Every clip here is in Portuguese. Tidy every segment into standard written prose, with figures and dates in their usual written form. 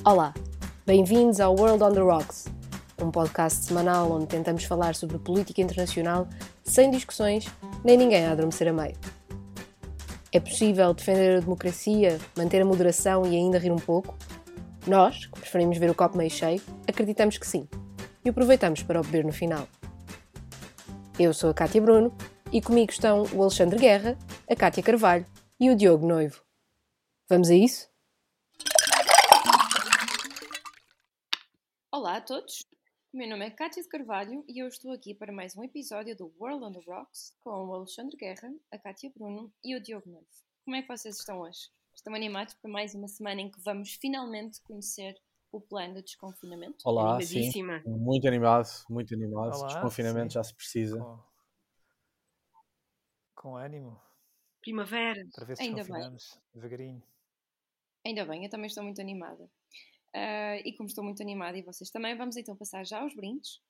Olá, bem-vindos ao World on the Rocks, um podcast semanal onde tentamos falar sobre política internacional sem discussões nem ninguém a adormecer a meio. É possível defender a democracia, manter a moderação e ainda rir um pouco? Nós, que preferimos ver o copo meio cheio, acreditamos que sim e aproveitamos para o beber no final. Eu sou a Cátia Bruno e comigo estão o Alexandre Guerra, a Cátia Carvalho e o Diogo Noivo. Vamos a isso? Olá a todos, o meu nome é Cátia de Carvalho e eu estou aqui para mais um episódio do World on the Rocks com o Alexandre Guerra, a Cátia Bruno e o Diogo Noivo. Como é que vocês estão hoje? Estão animados para mais uma semana em que vamos finalmente conhecer o plano de desconfinamento? Olá, sim, muito animado. Olá, Desconfinamento sim. já se precisa. Com ânimo, Primavera. para ver se Ainda desconfinamos devagarinho. Ainda bem, eu também estou muito animada. E como estou muito animada e vocês também, vamos então passar já aos brindes.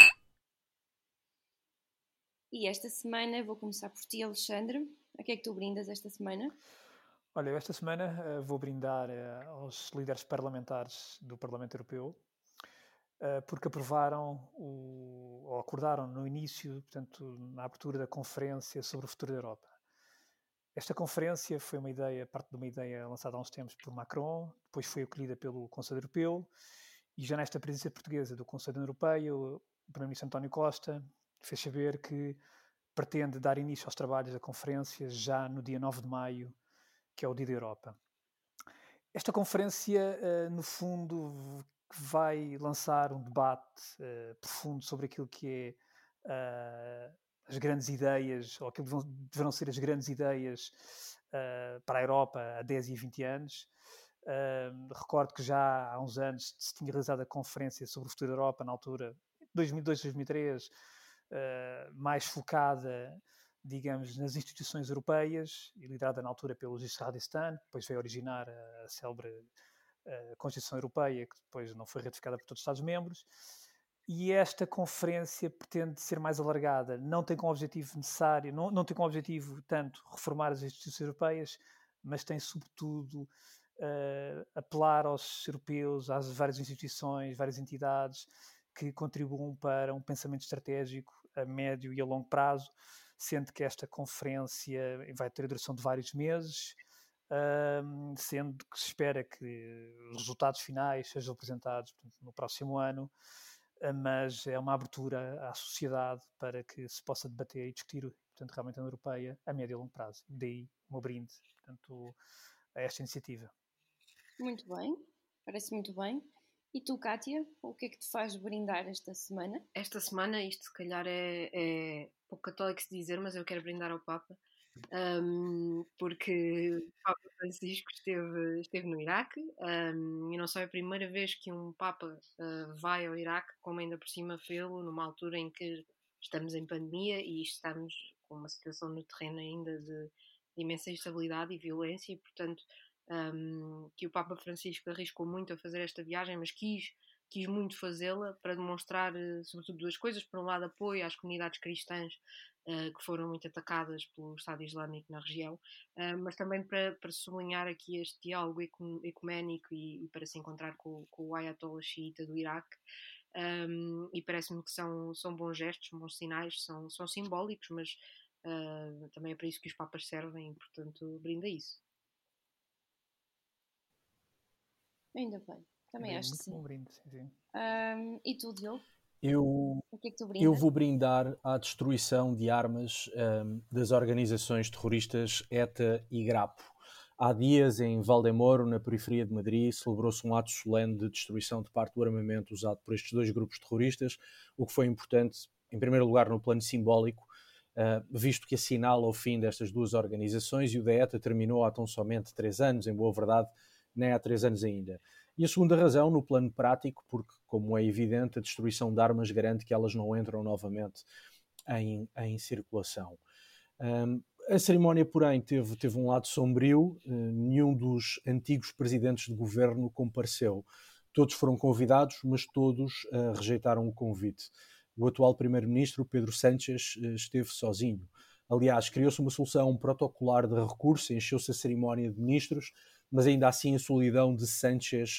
E esta semana vou começar por ti, Alexandre. A que é que tu brindas esta semana? Olha, eu esta semana vou brindar aos líderes parlamentares do Parlamento Europeu porque aprovaram ou acordaram no início, portanto, na abertura da conferência sobre o futuro da Europa. Esta conferência foi parte de uma ideia lançada há uns tempos por Macron, depois foi acolhida pelo Conselho Europeu e já nesta presidência portuguesa do Conselho Europeu, o Primeiro-Ministro António Costa fez saber que pretende dar início aos trabalhos da conferência já no dia 9 de maio, que é o Dia da Europa. Esta conferência, no fundo, vai lançar um debate profundo sobre aquilo que é as grandes ideias, ou aquilo que deverão ser as grandes ideias para a Europa há 10 e 20 anos. Recordo que já há uns anos se tinha realizado a conferência sobre o futuro da Europa, na altura, 2002-2003, mais focada, digamos, nas instituições europeias, e liderada na altura pelo Giscard d'Estaing, que depois veio originar a célebre Constituição Europeia, que depois não foi ratificada por todos os Estados-membros. E esta conferência pretende ser mais alargada, não tem como objetivo necessário, não tem como objetivo tanto reformar as instituições europeias, mas tem sobretudo apelar aos europeus, às várias instituições, várias entidades que contribuam para um pensamento estratégico a médio e a longo prazo, sendo que esta conferência vai ter a duração de vários meses, sendo que se espera que os resultados finais sejam apresentados, portanto, no próximo ano, mas é uma abertura à sociedade para que se possa debater e discutir, portanto, realmente a União Europeia a médio e longo prazo. Daí o meu brinde, portanto, a esta iniciativa. Muito bem, parece muito bem. E tu, Cátia, o que é que te faz brindar esta semana? Esta semana, isto se calhar é pouco católico se dizer, mas eu quero brindar ao Papa, porque o Papa Francisco esteve no Iraque, e não só é a primeira vez que um Papa vai ao Iraque, como ainda por cima fê-lo numa altura em que estamos em pandemia e estamos com uma situação no terreno ainda de imensa instabilidade e violência, e portanto que o Papa Francisco arriscou muito a fazer esta viagem, mas quis muito fazê-la para demonstrar, sobretudo, duas coisas. Por um lado, apoio às comunidades cristãs que foram muito atacadas pelo Estado Islâmico na região, mas também para sublinhar aqui este diálogo ecuménico e para se encontrar com o Ayatollah xiita do Iraque. E parece-me que são bons gestos, bons sinais, são simbólicos, mas também é para isso que os Papas servem e, portanto, brinda isso. Ainda bem, também acho que sim. Muito bom brinde, sim. E tu, Diogo? Eu O que é que tu brindas? vou brindar à destruição de armas das organizações terroristas ETA e Grapo. Há dias, em Valdemoro, na periferia de Madrid, celebrou-se um ato solene de destruição de parte do armamento usado por estes dois grupos terroristas, o que foi importante, em primeiro lugar, no plano simbólico, visto que assinala o fim destas duas organizações, e o da ETA terminou há tão somente 3 anos, em boa verdade, nem há 3 anos ainda. E a segunda razão, no plano prático, porque, como é evidente, a destruição de armas garante que elas não entram novamente em circulação. A cerimónia, porém, teve um lado sombrio. Nenhum dos antigos presidentes de governo compareceu. Todos foram convidados, mas todos rejeitaram o convite. O atual primeiro-ministro, Pedro Sánchez, esteve sozinho. Aliás, criou-se uma solução protocolar de recurso, encheu-se a cerimónia de ministros, mas ainda assim a solidão de Sánchez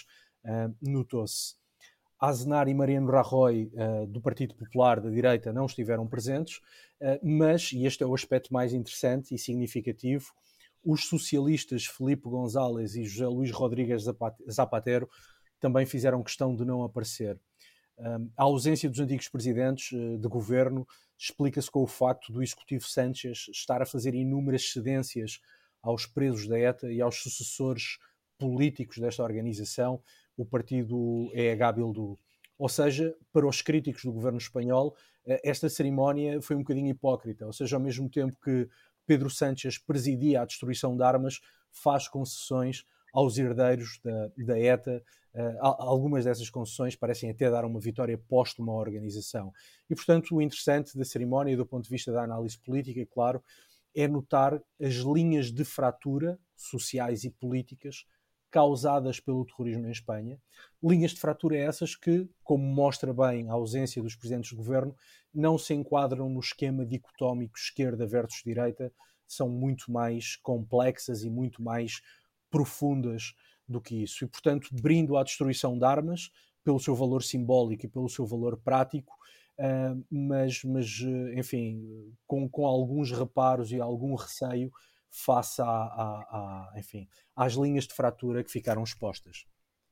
notou-se. Aznar e Mariano Rajoy, do Partido Popular da direita, não estiveram presentes, mas, e este é o aspecto mais interessante e significativo, os socialistas Felipe González e José Luís Rodrigues Zapatero também fizeram questão de não aparecer. A ausência dos antigos presidentes de governo explica-se com o facto do executivo Sánchez estar a fazer inúmeras cedências aos presos da ETA e aos sucessores políticos desta organização, o partido EH Bildu. Ou seja, para os críticos do governo espanhol, esta cerimónia foi um bocadinho hipócrita. Ou seja, ao mesmo tempo que Pedro Sánchez presidia a destruição de armas, faz concessões aos herdeiros da ETA. Algumas dessas concessões parecem até dar uma vitória póstuma à organização. E, portanto, o interessante da cerimónia, do ponto de vista da análise política, claro, é notar as linhas de fratura sociais e políticas causadas pelo terrorismo em Espanha. Linhas de fratura essas que, como mostra bem a ausência dos presidentes de governo, não se enquadram no esquema dicotómico esquerda versus direita, são muito mais complexas e muito mais profundas do que isso. E, portanto, brindo à destruição de armas pelo seu valor simbólico e pelo seu valor prático, mas enfim, com alguns reparos e algum receio face enfim, às linhas de fratura que ficaram expostas.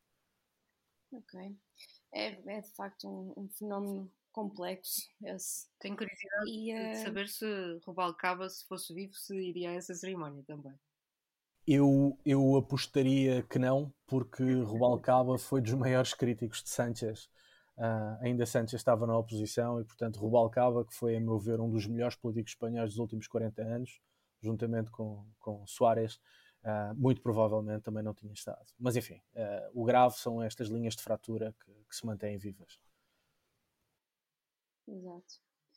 Ok. É de facto um fenómeno complexo esse. Tenho curiosidade de saber se Rubalcaba, se fosse vivo, se iria a essa cerimónia também. Eu apostaria que não, porque Rubalcaba foi dos maiores críticos de Sánchez. Ainda Sánchez estava na oposição e, portanto, Rubalcaba, que foi, a meu ver, um dos melhores políticos espanhóis dos últimos 40 anos, juntamente com Soares, muito provavelmente também não tinha estado. Mas, enfim, o grave são estas linhas de fratura que se mantêm vivas. Exato.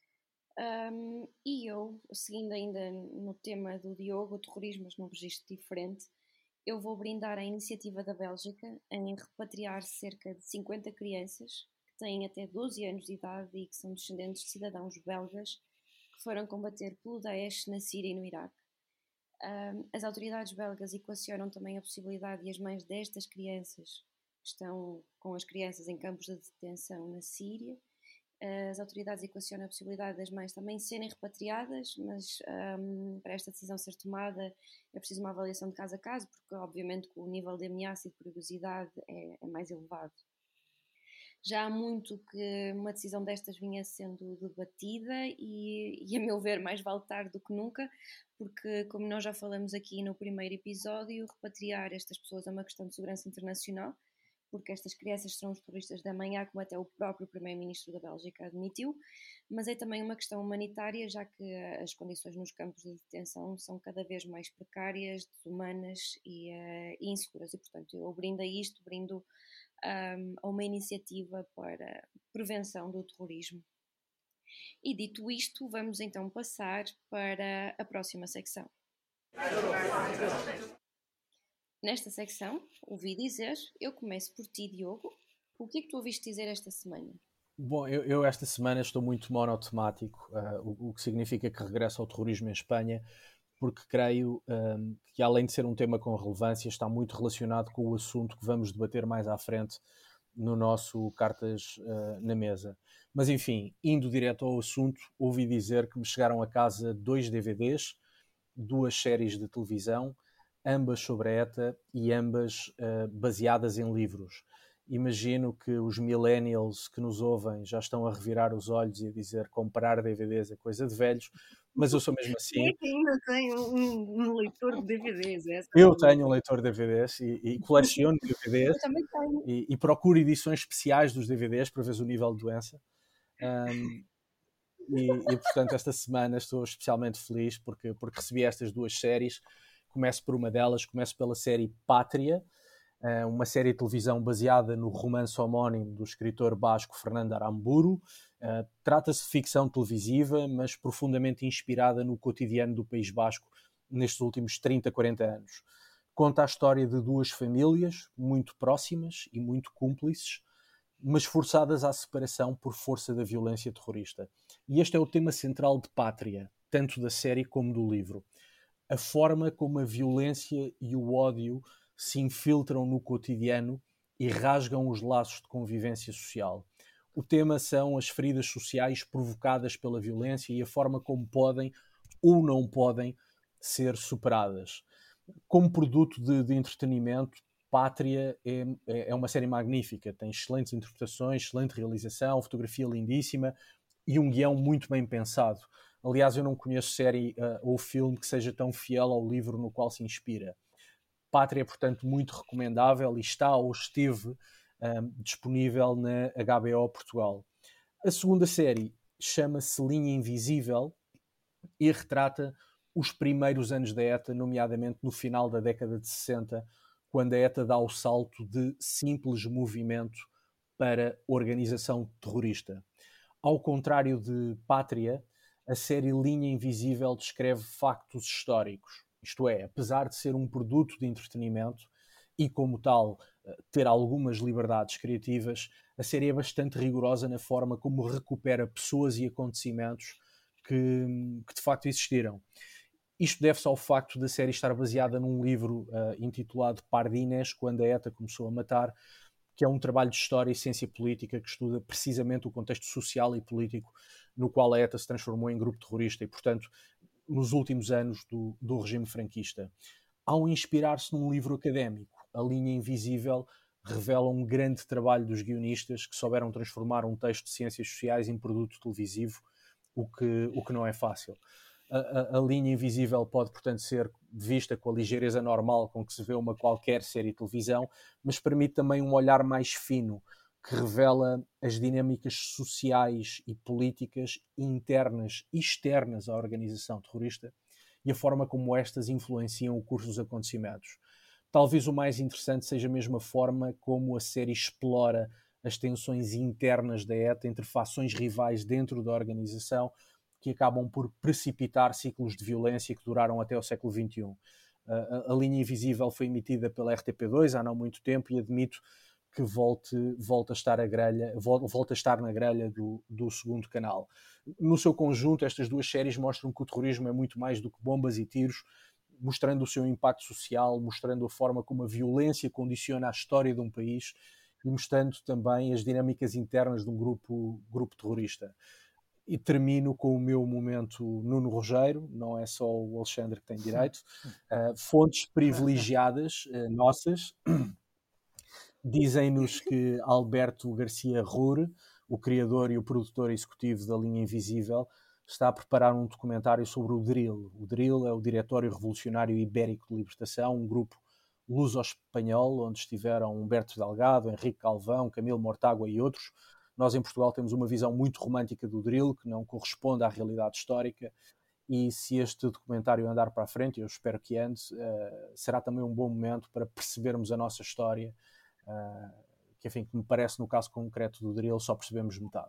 E eu, seguindo ainda no tema do Diogo, o terrorismo, mas num registro diferente, eu vou brindar a iniciativa da Bélgica em repatriar cerca de 50 crianças que têm até 12 anos de idade e que são descendentes de cidadãos belgas que foram combater pelo Daesh na Síria e no Iraque. As autoridades belgas equacionam também a possibilidade de as mães destas crianças que estão com as crianças em campos de detenção na Síria. As autoridades equacionam a possibilidade das mães também serem repatriadas, mas para esta decisão ser tomada é preciso uma avaliação de caso a caso, porque obviamente o nível de ameaça e de perigosidade é mais elevado. Já há muito que uma decisão destas vinha sendo debatida e a meu ver, mais vale tarde do que nunca, porque, como nós já falamos aqui no primeiro episódio, repatriar estas pessoas é uma questão de segurança internacional, porque estas crianças serão os terroristas da manhã, como até o próprio primeiro-ministro da Bélgica admitiu, mas é também uma questão humanitária, já que as condições nos campos de detenção são cada vez mais precárias, desumanas e inseguras, e portanto eu brindo a isto, brindo a uma iniciativa para prevenção do terrorismo. E dito isto, vamos então passar para a próxima secção. Nesta secção, ouvi dizer, eu começo por ti, Diogo. O que é que tu ouviste dizer esta semana? Bom, eu esta semana estou muito monotemático, o que significa que regresso ao terrorismo em Espanha, porque creio que, além de ser um tema com relevância, está muito relacionado com o assunto que vamos debater mais à frente no nosso Cartas na Mesa. Mas, enfim, indo direto ao assunto, ouvi dizer que me chegaram a casa 2 DVDs, 2 séries de televisão, ambas sobre a ETA e ambas baseadas em livros. Imagino que os millennials que nos ouvem já estão a revirar os olhos e a dizer comprar DVDs é coisa de velhos, mas eu sou mesmo assim. Quem é que ainda tem um leitor de DVDs? Eu tenho um leitor de DVDs e coleciono DVDs. Eu também tenho. E procuro edições especiais dos DVDs para ver o nível de doença. E portanto, esta semana estou especialmente feliz porque recebi estas 2 séries. Começo por uma delas, começo pela série Pátria, uma série de televisão baseada no romance homónimo do escritor basco Fernando Aramburu. Trata-se de ficção televisiva, mas profundamente inspirada no cotidiano do País Basco nestes últimos 30, 40 anos. Conta a história de 2 famílias muito próximas e muito cúmplices, mas forçadas à separação por força da violência terrorista. E este é o tema central de Pátria, tanto da série como do livro. A forma como a violência e o ódio se infiltram no cotidiano e rasgam os laços de convivência social. O tema são as feridas sociais provocadas pela violência e a forma como podem ou não podem ser superadas. Como produto de entretenimento, Pátria é uma série magnífica, tem excelentes interpretações, excelente realização, fotografia lindíssima e um guião muito bem pensado. Aliás, eu não conheço série ou filme que seja tão fiel ao livro no qual se inspira. Pátria é, portanto, muito recomendável e está ou esteve disponível na HBO Portugal. A segunda série chama-se Linha Invisível e retrata os primeiros anos da ETA, nomeadamente no final da década de 60, quando a ETA dá o salto de simples movimento para organização terrorista. Ao contrário de Pátria, a série Linha Invisível descreve factos históricos. Isto é, apesar de ser um produto de entretenimento e, como tal, ter algumas liberdades criativas, a série é bastante rigorosa na forma como recupera pessoas e acontecimentos que de facto existiram. Isto deve-se ao facto da série estar baseada num livro intitulado Pardines, quando a ETA começou a matar, que é um trabalho de história e ciência política que estuda precisamente o contexto social e político no qual a ETA se transformou em grupo terrorista e, portanto, nos últimos anos do regime franquista. Ao inspirar-se num livro académico, A Linha Invisível revela um grande trabalho dos guionistas que souberam transformar um texto de ciências sociais em produto televisivo, o que não é fácil. A linha invisível pode, portanto, ser vista com a ligeireza normal com que se vê uma qualquer série de televisão, mas permite também um olhar mais fino, que revela as dinâmicas sociais e políticas internas e externas à organização terrorista e a forma como estas influenciam o curso dos acontecimentos. Talvez o mais interessante seja mesmo a forma como a série explora as tensões internas da ETA entre fações rivais dentro da organização que acabam por precipitar ciclos de violência que duraram até o século XXI. A Linha Invisível foi emitida pela RTP2 há não muito tempo e admito que volta a estar na grelha do segundo canal. No seu conjunto, estas duas séries mostram que o terrorismo é muito mais do que bombas e tiros, mostrando o seu impacto social, mostrando a forma como a violência condiciona a história de um país e mostrando também as dinâmicas internas de um grupo terrorista. E termino com o meu momento Nuno Rogério, não é só o Alexandre que tem direito. Fontes privilegiadas nossas dizem-nos que Alberto Garcia Rure, o criador e o produtor executivo da Linha Invisível, está a preparar um documentário sobre o DRIL. O DRIL é o Diretório Revolucionário Ibérico de Libertação, um grupo luso-espanhol, onde estiveram Humberto Delgado, Henrique Calvão, Camilo Mortágua e outros. Nós em Portugal temos uma visão muito romântica do DRIL, que não corresponde à realidade histórica, e se este documentário andar para a frente, eu espero que ande, será também um bom momento para percebermos a nossa história, que enfim, que me parece no caso concreto do DRIL só percebemos metade.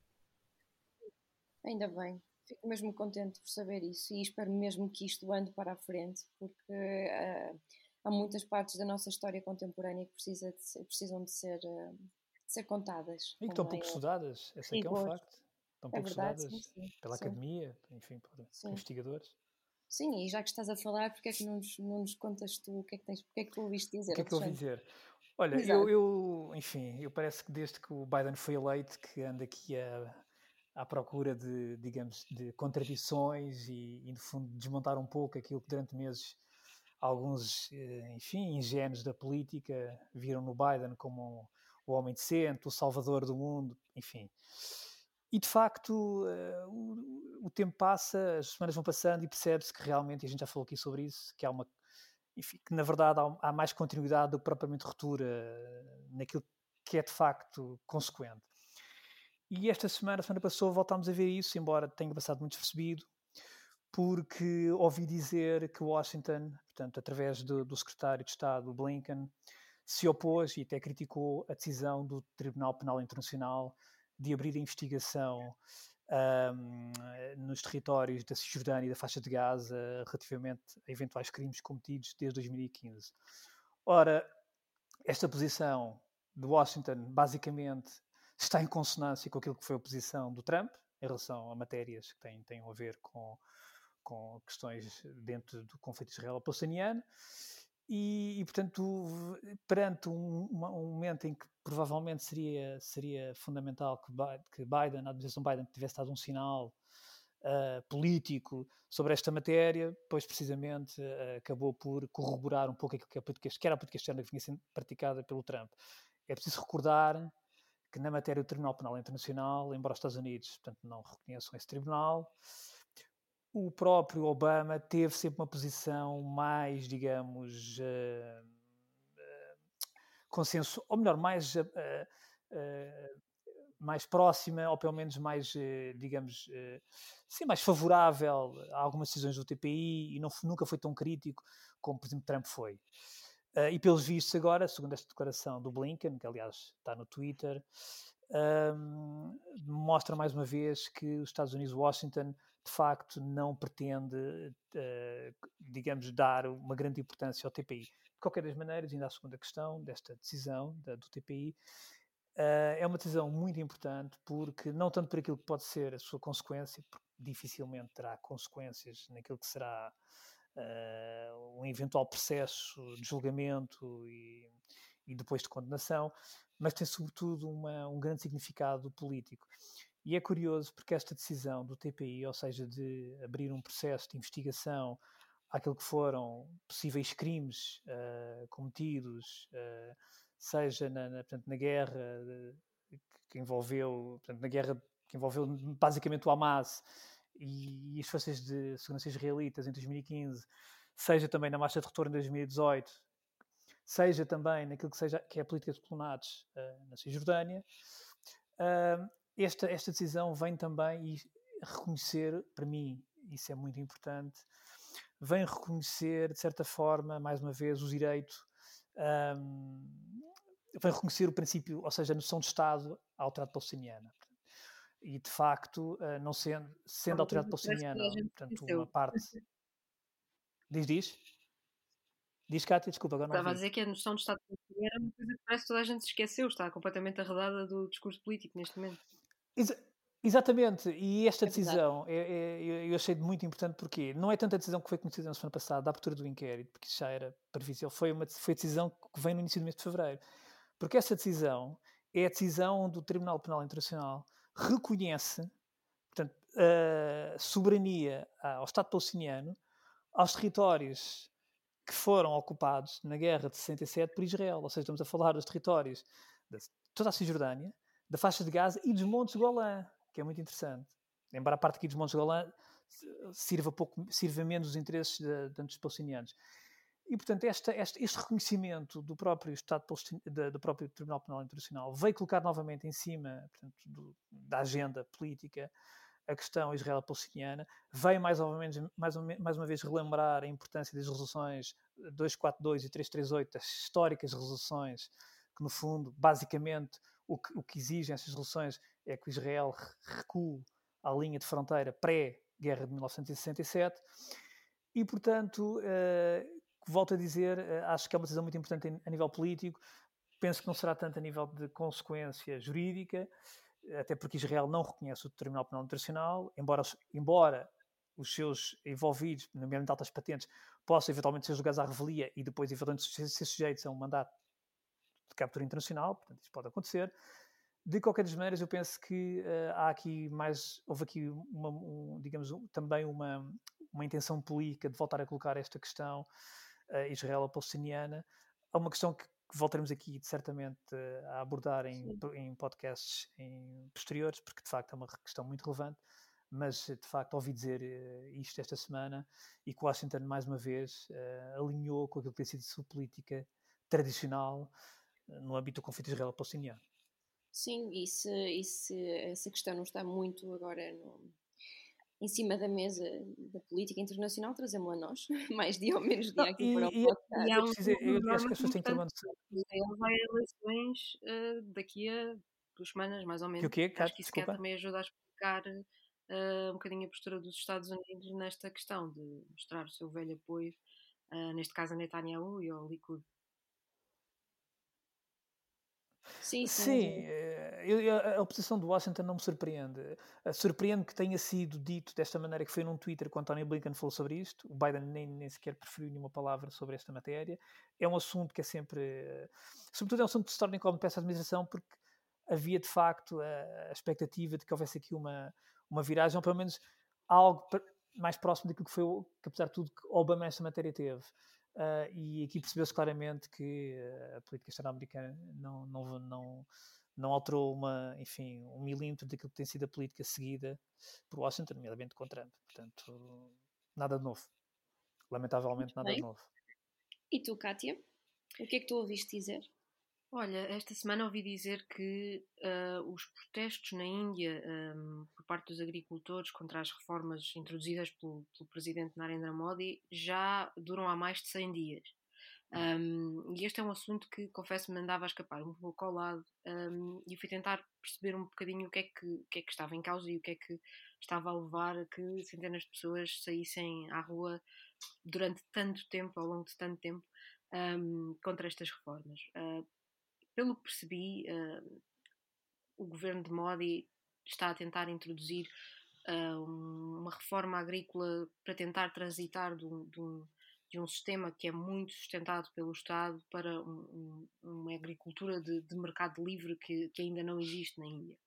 Ainda bem, fico mesmo contente por saber isso e espero mesmo que isto ande para a frente, porque há muitas partes da nossa história contemporânea que precisam de ser contadas. E que estão pouco estudadas, esse é que é um facto. Estão pouco estudadas pela academia, enfim, por investigadores. Sim, e já que estás a falar, porque é que não nos contas tu o que é que tu ouviste dizer? O que é que eu ouvi dizer? Olha, enfim, eu parece que desde que o Biden foi eleito que ando aqui à procura de, digamos, de contradições e no fundo, desmontar um pouco aquilo que durante meses alguns, enfim, ingênuos da política viram no Biden como o homem decente, o salvador do mundo, enfim. E, de facto, o tempo passa, as semanas vão passando e percebe-se que realmente, e a gente já falou aqui sobre isso, que há uma... Enfim, que na verdade há mais continuidade do que propriamente ruptura naquilo que é, de facto, consequente. E esta semana passou, voltámos a ver isso, embora tenha passado muito despercebido, porque ouvi dizer que Washington, portanto, através do secretário de Estado, Blinken, se opôs e até criticou a decisão do Tribunal Penal Internacional de abrir a investigação nos territórios da Cisjordânia e da faixa de Gaza relativamente a eventuais crimes cometidos desde 2015. Ora, esta posição de Washington, basicamente, está em consonância com aquilo que foi a posição do Trump em relação a matérias que têm a ver com questões dentro do conflito israelo-palestiniano portanto, perante um momento em que provavelmente seria fundamental que Biden, a administração Biden, tivesse dado um sinal político sobre esta matéria, pois precisamente acabou por corroborar um pouco aquilo que era a política externa que vinha sendo praticada pelo Trump. É preciso recordar que na matéria do Tribunal Penal Internacional, embora os Estados Unidos, portanto, não reconheçam esse tribunal, o próprio Obama teve sempre uma posição mais, digamos, consenso, ou melhor, mais próxima, ou pelo menos mais, digamos, sim, mais favorável a algumas decisões do TPI e nunca foi tão crítico como, por exemplo, Trump foi. E pelos vistos agora, segundo esta declaração do Blinken, que aliás está no Twitter, mostra mais uma vez que os Estados Unidos, Washington, de facto não pretende, digamos, dar uma grande importância ao TPI. De qualquer das maneiras, ainda a segunda questão desta decisão do TPI, é uma decisão muito importante porque, não tanto por aquilo que pode ser a sua consequência, porque dificilmente terá consequências naquilo que será um eventual processo de julgamento e depois de condenação, mas tem sobretudo um grande significado político. E é curioso porque esta decisão do TPI, ou seja, de abrir um processo de investigação àquilo que foram possíveis crimes cometidos, seja portanto, na guerra que envolveu, portanto, na guerra que envolveu basicamente o Hamas e as forças de segurança israelitas em 2015, seja também na marcha de retorno de 2018, seja também naquilo que é a política de colonatos na Cisjordânia, esta decisão vem também reconhecer, para mim, isso é muito importante, vem reconhecer, de certa forma, mais uma vez, o direito, vem reconhecer o princípio, ou seja, a noção de Estado à autoridade palestiniana. E, de facto, não sendo a autoridade palestiniana, portanto, uma parte... Diz? Diz, Cátia, desculpa, agora não Estava a ouvi. dizer que a noção de Estado palestiniano era uma coisa que parece que toda a gente se esqueceu, está completamente arredada do discurso político neste momento. Exatamente, e esta decisão eu achei muito importante porque não é tanto a decisão que foi conhecida na semana passada, da abertura do inquérito, porque isso já era previsível, foi a decisão que vem no início do mês de fevereiro, porque essa decisão é a decisão onde o Tribunal Penal Internacional reconhece, portanto, a soberania ao Estado palestiniano, aos territórios que foram ocupados na guerra de 67 por Israel, ou seja, estamos a falar dos territórios de toda a Cisjordânia, da faixa de Gaza e dos Montes Golã, que é muito interessante. Embora a parte aqui dos Montes Golã sirva menos os interesses dos palestinianos. E, portanto, este reconhecimento do próprio Estado do próprio Tribunal Penal Internacional veio colocar novamente em cima, portanto, da agenda política a questão israelo-palestiniana, veio mais uma vez relembrar a importância das resoluções 242 e 338, das históricas resoluções que, no fundo, basicamente, o que exigem essas resoluções é que o Israel recue à linha de fronteira pré-guerra de 1967 e, portanto, volto a dizer, acho que é uma decisão muito importante a nível político, penso que não será tanto a nível de consequência jurídica, até porque Israel não reconhece o Tribunal Penal Internacional, embora os seus envolvidos, nomeadamente altas patentes, possam eventualmente ser julgados à revelia e depois eventualmente ser sujeitos a um mandato de captura internacional, portanto isso pode acontecer. De qualquer das maneiras, eu penso que houve aqui também uma intenção política de voltar a colocar esta questão israelo-palestiniana. Há uma questão que voltaremos aqui certamente a abordar em podcasts posteriores, porque de facto é uma questão muito relevante, mas de facto ouvi dizer isto esta semana e que Washington mais uma vez alinhou com aquilo que tem sido sua política tradicional no âmbito do conflito israelo-palestiniano. Sim, e se essa questão não está muito agora em cima da mesa da política internacional, trazemos-la a nós, mais dia ou menos dia aqui para o podcast. Eu acho que as pessoas têm que ter uma noção. Israel vai a eleições daqui a 2 semanas, mais ou menos. Acho que isso também ajuda a explicar um bocadinho a postura dos Estados Unidos nesta questão de mostrar o seu velho apoio, neste caso a Netanyahu e ao Likud. Sim, Sim, a oposição de Washington não me surpreende. Surpreende que tenha sido dito desta maneira, que foi num Twitter que o Anthony Blinken falou sobre isto. O Biden nem sequer preferiu nenhuma palavra sobre esta matéria. É um assunto que é sempre... Sobretudo é um assunto que se torna incómodo para essa administração, porque havia de facto a expectativa de que houvesse aqui uma viragem, ou pelo menos algo mais próximo daquilo que foi, que apesar de tudo, que Obama nesta matéria teve. E aqui percebeu-se claramente que a política externa americana não alterou enfim, um milímetro daquilo que tem sido a política seguida por Washington, nomeadamente com Trump. Portanto, nada de novo. Lamentavelmente, nada de novo. E tu, Kátia? O que é que tu ouviste dizer? Olha, esta semana ouvi dizer que os protestos na Índia por parte dos agricultores contra as reformas introduzidas pelo presidente Narendra Modi já duram há mais de 100 dias. E este é um assunto que, confesso, me andava a escapar um pouco ao lado, e fui tentar perceber um bocadinho o que é que estava em causa e o que é que estava a levar a que centenas de pessoas saíssem à rua durante tanto tempo, ao longo de tanto tempo, contra estas reformas. Pelo que percebi, o governo de Modi está a tentar introduzir uma reforma agrícola para tentar transitar de um sistema que é muito sustentado pelo Estado para uma agricultura de mercado livre que ainda não existe na Índia.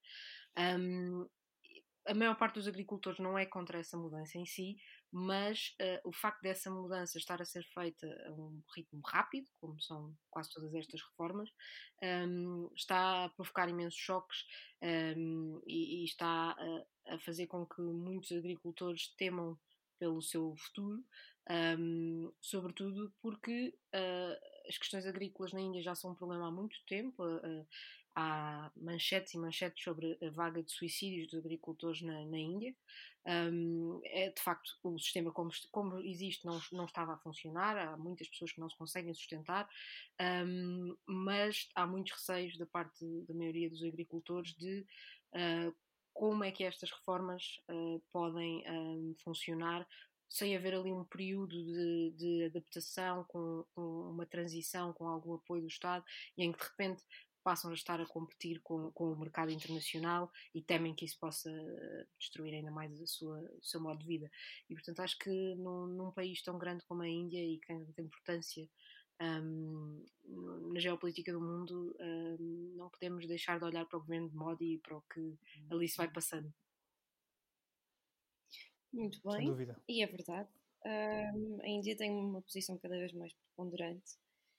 A maior parte dos agricultores não é contra essa mudança em si, mas o facto dessa mudança estar a ser feita a um ritmo rápido, como são quase todas estas reformas, está a provocar imensos choques, e está a fazer com que muitos agricultores temam pelo seu futuro, sobretudo porque as questões agrícolas na Índia já são um problema há muito tempo. Há manchetes e manchetes sobre a vaga de suicídios dos agricultores na Índia. De facto, o sistema como existe não estava a funcionar, há muitas pessoas que não se conseguem sustentar, mas há muitos receios da parte da maioria dos agricultores de como é que estas reformas podem funcionar sem haver ali um período de adaptação, com uma transição, com algum apoio do Estado, e em que de repente passam a estar a competir com o mercado internacional e temem que isso possa destruir ainda mais o seu modo de vida. E portanto acho que num país tão grande como a Índia e que tem tanta importância na geopolítica do mundo, não podemos deixar de olhar para o governo de Modi e para o que ali se vai passando. Muito bem, sem dúvida. E é verdade. A Índia tem uma posição cada vez mais preponderante.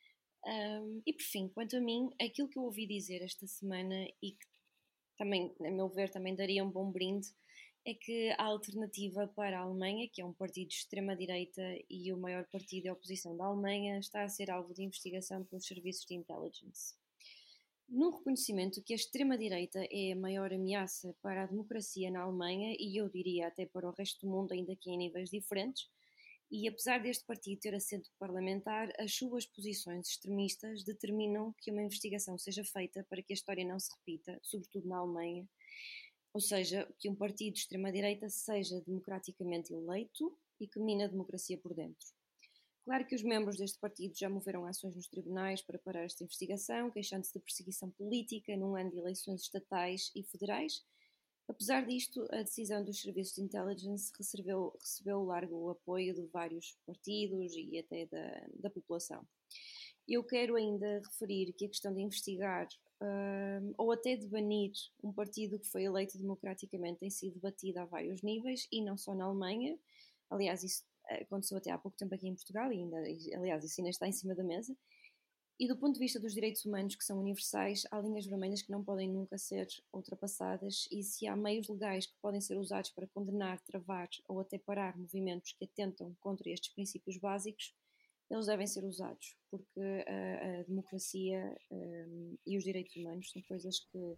E por fim, quanto a mim, aquilo que eu ouvi dizer esta semana e que também, a meu ver, também daria um bom brinde, é que a alternativa para a Alemanha, que é um partido de extrema-direita e o maior partido de oposição da Alemanha, está a ser alvo de investigação pelos serviços de intelligence. No reconhecimento que a extrema-direita é a maior ameaça para a democracia na Alemanha e eu diria até para o resto do mundo, ainda que em níveis diferentes, e apesar deste partido ter assento parlamentar, as suas posições extremistas determinam que uma investigação seja feita para que a história não se repita, sobretudo na Alemanha, ou seja, que um partido de extrema-direita seja democraticamente eleito e que mina a democracia por dentro. Claro que os membros deste partido já moveram ações nos tribunais para parar esta investigação, queixando-se de perseguição política num ano de eleições estatais e federais. Apesar disto, a decisão dos serviços de intelligence recebeu largo apoio de vários partidos e até da população. Eu quero ainda referir que a questão de investigar ou até de banir um partido que foi eleito democraticamente tem sido debatida a vários níveis e não só na Alemanha. Aliás, isso aconteceu até há pouco tempo aqui em Portugal e aliás, isso ainda está em cima da mesa. E do ponto de vista dos direitos humanos, que são universais, há linhas vermelhas que não podem nunca ser ultrapassadas, e se há meios legais que podem ser usados para condenar, travar ou até parar movimentos que atentam contra estes princípios básicos, eles devem ser usados, porque a democracia e os direitos humanos são coisas que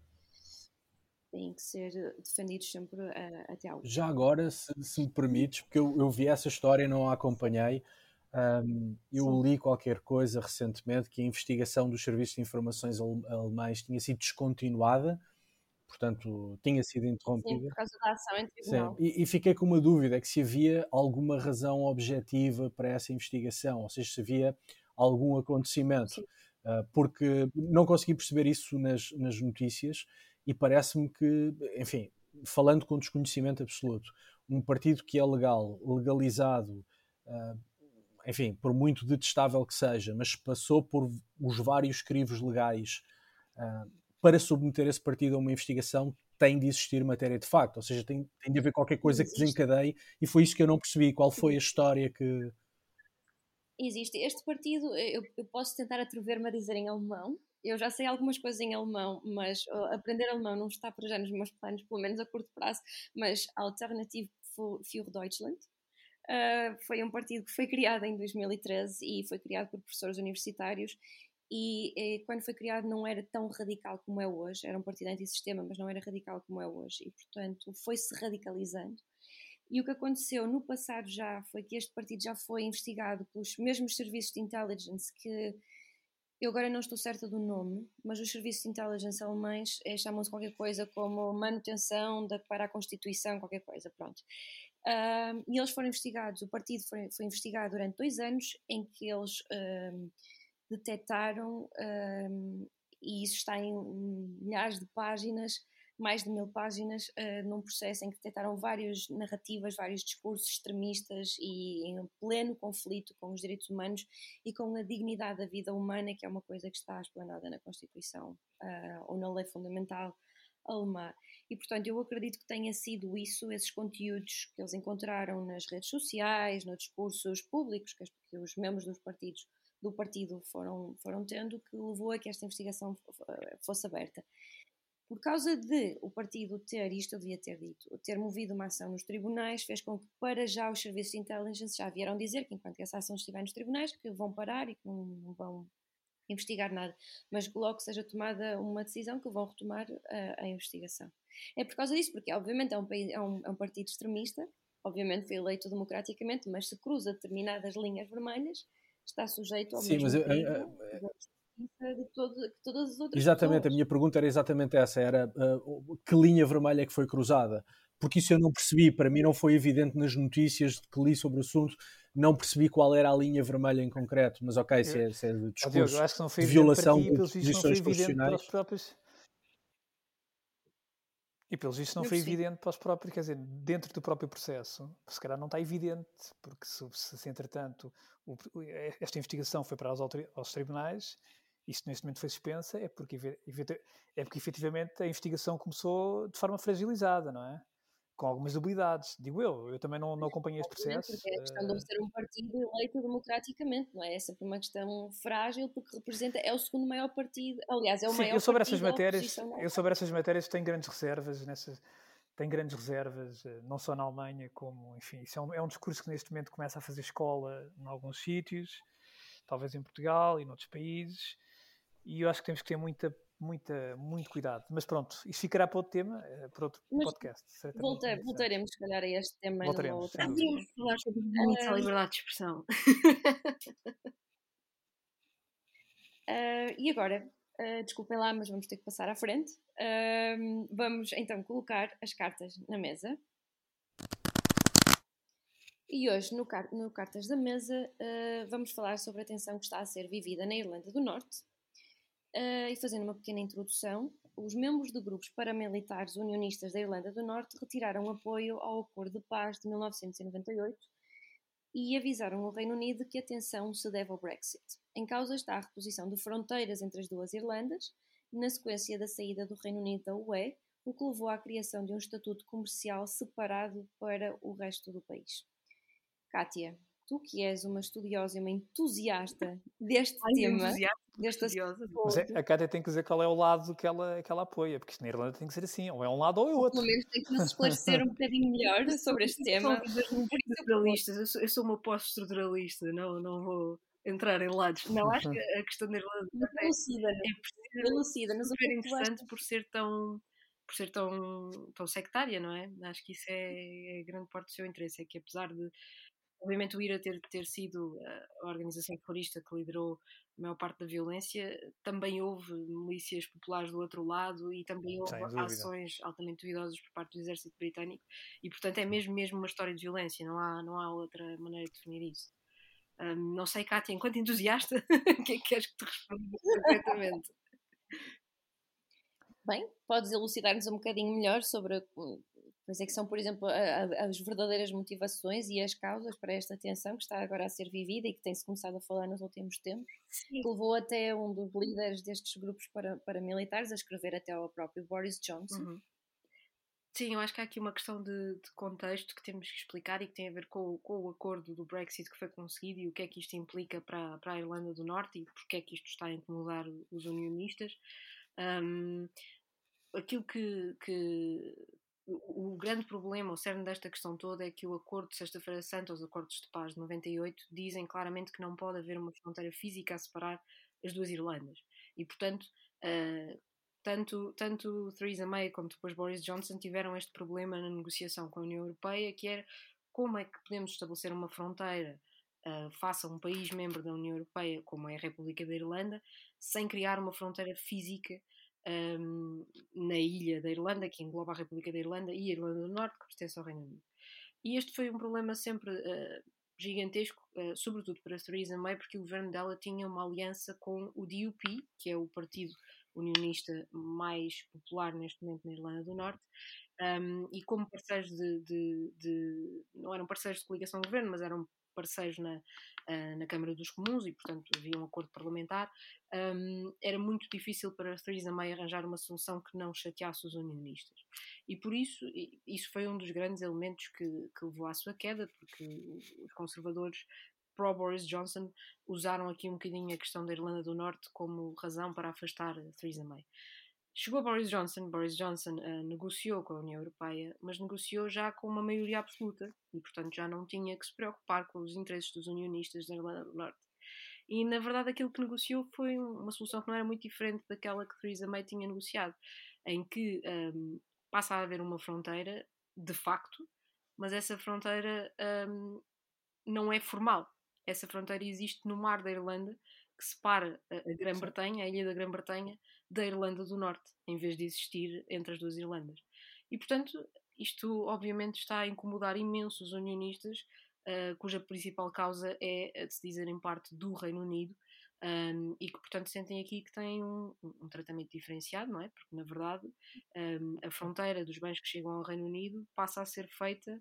têm que ser defendidos sempre até ao último. Já agora, se me permites, porque eu vi essa história e não a acompanhei, eu li qualquer coisa recentemente que a investigação dos serviços de informações alemães tinha sido descontinuada, portanto tinha sido interrompida. Sim, por causa da ação em tribunal. Sim. E fiquei com uma dúvida, que se havia alguma razão objetiva para essa investigação, ou seja, se havia algum acontecimento. Sim. porque não consegui perceber isso nas notícias e parece-me que, enfim, falando com desconhecimento absoluto, um partido que é legal, legalizado, enfim, por muito detestável que seja, mas passou por os vários crivos legais para submeter esse partido a uma investigação, tem de existir matéria de facto, ou seja, tem de haver qualquer coisa que desencadeie, e foi isso que eu não percebi. Qual foi a história que... Existe. Este partido, eu posso tentar atrever-me a dizer em alemão. Eu já sei algumas coisas em alemão, mas aprender alemão não está para já nos meus planos, pelo menos a curto prazo, mas Alternative für Deutschland. Foi um partido que foi criado em 2013 e foi criado por professores universitários e quando foi criado não era tão radical como é hoje, era um partido antissistema, mas não era radical como é hoje e, portanto, foi-se radicalizando. E o que aconteceu no passado já foi que este partido já foi investigado pelos mesmos serviços de intelligence que... Eu agora não estou certa do nome, mas os serviços de intelligence alemães chamam-se qualquer coisa como manutenção para a Constituição, qualquer coisa, pronto. E eles foram investigados, o partido foi investigado durante 2 anos, em que eles detectaram, e isso está em milhares de páginas, mais de 1000 páginas, num processo em que detectaram várias narrativas, vários discursos extremistas e em pleno conflito com os direitos humanos e com a dignidade da vida humana, que é uma coisa que está explanada na Constituição ou na lei fundamental alemã. E, portanto, eu acredito que tenha sido isso, esses conteúdos que eles encontraram nas redes sociais, nos discursos públicos que os membros do partido foram tendo, que levou a que esta investigação fosse aberta. Por causa de o partido isto eu devia ter dito, ter movido uma ação nos tribunais, fez com que para já os serviços de intelligence já vieram dizer que enquanto essa ação estiver nos tribunais, que vão parar e que não vão investigar nada, mas logo que seja tomada uma decisão que vão retomar a investigação. É por causa disso, porque obviamente é um partido extremista, obviamente foi eleito democraticamente, mas se cruza determinadas linhas vermelhas, está sujeito ao mesmo perigo de todas as outras Exatamente, pessoas. a minha pergunta era exatamente essa, era que linha vermelha é que foi cruzada? Porque isso eu não percebi, para mim não foi evidente nas notícias que li sobre o assunto, não percebi qual era a linha vermelha em concreto, mas ok, se é de discurso, Diogo, acho que não foi de violação ti, de pelos vistos não foi disposições evidente para os constitucionais. próprios... E pelos vistos não foi evidente para os próprios, quer dizer, dentro do próprio processo, se calhar não está evidente, porque se entretanto esta investigação foi para aos tribunais, isto neste momento foi suspensa, é porque efetivamente a investigação começou de forma fragilizada, não é? Com algumas debilidades, digo eu também não acompanhei este processo. Porque é a questão de ser um partido eleito democraticamente, não é? É sempre uma questão frágil, porque representa, é o segundo maior partido, aliás, é o maior partido da oposição. Eu sobre essas matérias tenho grandes reservas não só na Alemanha, como, enfim, isso é um discurso que neste momento começa a fazer escola em alguns sítios, talvez em Portugal e noutros países, e eu acho que temos que ter muito cuidado. Mas pronto, isso ficará para outro tema, para outro podcast. Voltaremos, se calhar, a este tema numa outra. Podíamos falar sobre os limites à liberdade de expressão. E agora, desculpem lá, mas vamos ter que passar à frente. Vamos então colocar as cartas na mesa. E hoje, no Cartas da Mesa, vamos falar sobre a tensão que está a ser vivida na Irlanda do Norte. E fazendo uma pequena introdução, os membros de grupos paramilitares unionistas da Irlanda do Norte retiraram apoio ao Acordo de Paz de 1998 e avisaram o Reino Unido que a tensão se deve ao Brexit. Em causa está a reposição de fronteiras entre as duas Irlandas, na sequência da saída do Reino Unido da UE, o que levou à criação de um estatuto comercial separado para o resto do país. Kátia, tu que és uma estudiosa e uma entusiasta deste tema, deste assunto. Mas a Kátia tem que dizer qual é o lado que ela apoia, porque isto na Irlanda tem que ser assim, ou é um lado ou é outro. Pelo menos tem que nos esclarecer um bocadinho melhor sobre este tema. Eu sou uma pós-estruturalista, não vou entrar em lados. Não, acho que a questão da Irlanda Elucida-nos super interessante por ser tão sectária, não é? Acho que isso é grande parte do seu interesse, é que apesar de obviamente o IRA ter sido a organização terrorista que liderou a maior parte da violência, também houve milícias populares do outro lado e também houve ações altamente duvidosas por parte do exército britânico e portanto é mesmo uma história de violência, não há outra maneira de definir isso. Não sei, Cátia, enquanto entusiasta, o que é que queres que te responda concretamente? Bem, podes elucidar-nos um bocadinho melhor sobre quais é que são, por exemplo, as verdadeiras motivações e as causas para esta tensão que está agora a ser vivida e que tem-se começado a falar nos últimos tempos, Sim. que levou até um dos líderes destes grupos paramilitares a escrever até ao próprio Boris Johnson. Uhum. Sim, eu acho que há aqui uma questão de contexto que temos que explicar e que tem a ver com o acordo do Brexit que foi conseguido e o que é que isto implica para a Irlanda do Norte e porque é que isto está a incomodar os unionistas. Aquilo o grande problema, o cerne desta questão toda é que o acordo de Sexta-feira Santa, os acordos de paz de 98, dizem claramente que não pode haver uma fronteira física a separar as duas Irlandas. E, portanto, tanto Theresa May como depois Boris Johnson tiveram este problema na negociação com a União Europeia, que era como é que podemos estabelecer uma fronteira face a um país membro da União Europeia, como é a República da Irlanda, sem criar uma fronteira física na ilha da Irlanda, que engloba a República da Irlanda e a Irlanda do Norte, que pertence ao Reino Unido. E este foi um problema sempre gigantesco, sobretudo para Theresa May, porque o governo dela tinha uma aliança com o DUP, que é o partido unionista mais popular neste momento na Irlanda do Norte, e como parceiros não eram parceiros de coligação de governo, mas eram parceiros na Câmara dos Comuns e, portanto, havia um acordo parlamentar. Era muito difícil para Theresa May arranjar uma solução que não chateasse os unionistas. E por isso foi um dos grandes elementos que levou à sua queda, porque os conservadores pró-Boris Johnson usaram aqui um bocadinho a questão da Irlanda do Norte como razão para afastar Theresa May. Chegou Boris Johnson negociou com a União Europeia, mas negociou já com uma maioria absoluta e, portanto, já não tinha que se preocupar com os interesses dos unionistas da Irlanda do Norte. E, na verdade, aquilo que negociou foi uma solução que não era muito diferente daquela que Theresa May tinha negociado, em que passa a haver uma fronteira, de facto, mas essa fronteira não é formal. Essa fronteira existe no mar da Irlanda, que separa a Grã-Bretanha, a ilha da Grã-Bretanha, da Irlanda do Norte, em vez de existir entre as duas Irlandas. E, portanto, isto obviamente está a incomodar imenso os unionistas, cuja principal causa é a de se dizerem parte do Reino Unido, e que, portanto, sentem aqui que têm um tratamento diferenciado, não é? Porque, na verdade, a fronteira dos bens que chegam ao Reino Unido passa a ser feita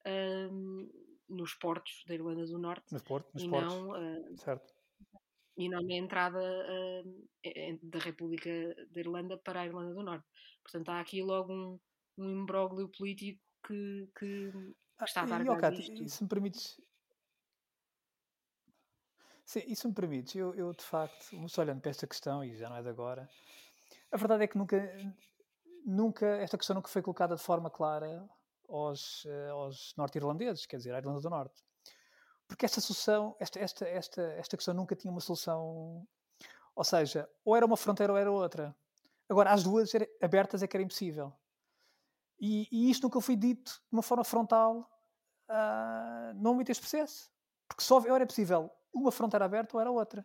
nos portos da Irlanda do Norte nos portos, não, certo. e não na entrada da República da Irlanda para a Irlanda do Norte. Portanto, há aqui logo um imbróglio político que está a dar gás a isto. Se me permites... Sim, e se me permites, eu de facto, olhando para esta questão, e já não é de agora, a verdade é que nunca esta questão nunca foi colocada de forma clara aos norte-irlandeses, quer dizer, à Irlanda do Norte. Porque esta solução, esta questão nunca tinha uma solução, ou seja, ou era uma fronteira ou era outra. Agora, as duas abertas é que era impossível. E isto nunca foi dito de uma forma frontal no âmbito deste processo. Porque só era possível uma fronteira aberta ou era outra.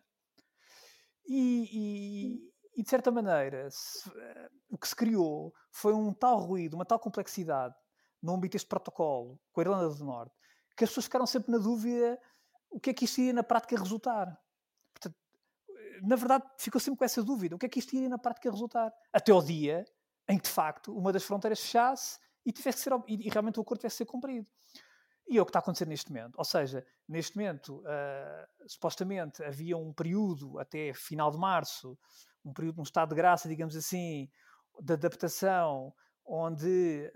E de certa maneira, o que se criou foi um tal ruído, uma tal complexidade no âmbito deste protocolo com a Irlanda do Norte, que as pessoas ficaram sempre na dúvida o que é que isto iria na prática resultar. Portanto, na verdade, ficou sempre com essa dúvida. O que é que isto iria na prática resultar? Até ao dia em que, de facto, uma das fronteiras fechasse e realmente o acordo tivesse de ser cumprido. E é o que está a acontecer neste momento. Ou seja, neste momento, supostamente, havia um período até final de março, um estado de graça, digamos assim, de adaptação, onde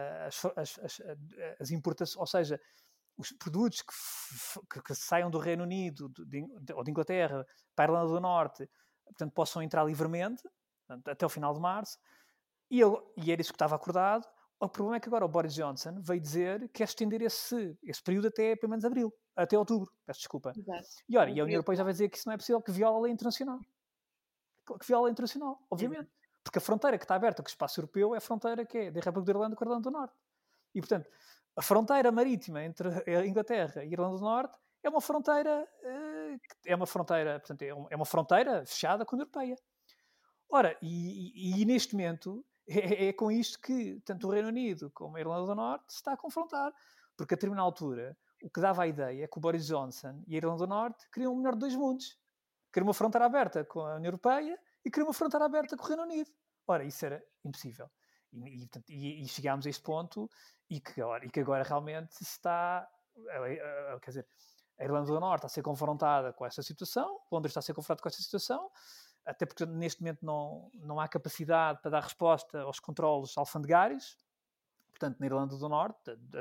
as importações, ou seja, os produtos que saiam do Reino Unido ou de Inglaterra para a Irlanda do Norte, portanto, possam entrar livremente, portanto, até o final de março, e era isso que estava acordado. O problema é que agora o Boris Johnson veio dizer que quer estender esse período até pelo menos abril, até outubro, peço desculpa. Exato. E a União Europeia já vai dizer que isso não é possível, que viola a lei internacional. Que viola a lei internacional, obviamente. Exato. Porque a fronteira que está aberta com o espaço europeu é a fronteira que é da República da Irlanda com a Irlanda do Norte. E, portanto, a fronteira marítima entre a Inglaterra e a Irlanda do Norte é uma fronteira, portanto, é uma fronteira fechada com a União Europeia. Ora, e neste momento é com isto que tanto o Reino Unido como a Irlanda do Norte se está a confrontar. Porque a determinada altura o que dava a ideia é que o Boris Johnson e a Irlanda do Norte queriam o melhor de dois mundos. Queriam uma fronteira aberta com a União Europeia e queriam uma fronteira aberta com o Reino Unido. Ora, isso era impossível. E chegámos a este ponto e que agora realmente se está... Quer dizer, a Irlanda do Norte está a ser confrontada com esta situação, Londres está a ser confrontado com esta situação, até porque neste momento não há capacidade para dar resposta aos controlos alfandegários. Portanto, na Irlanda do Norte,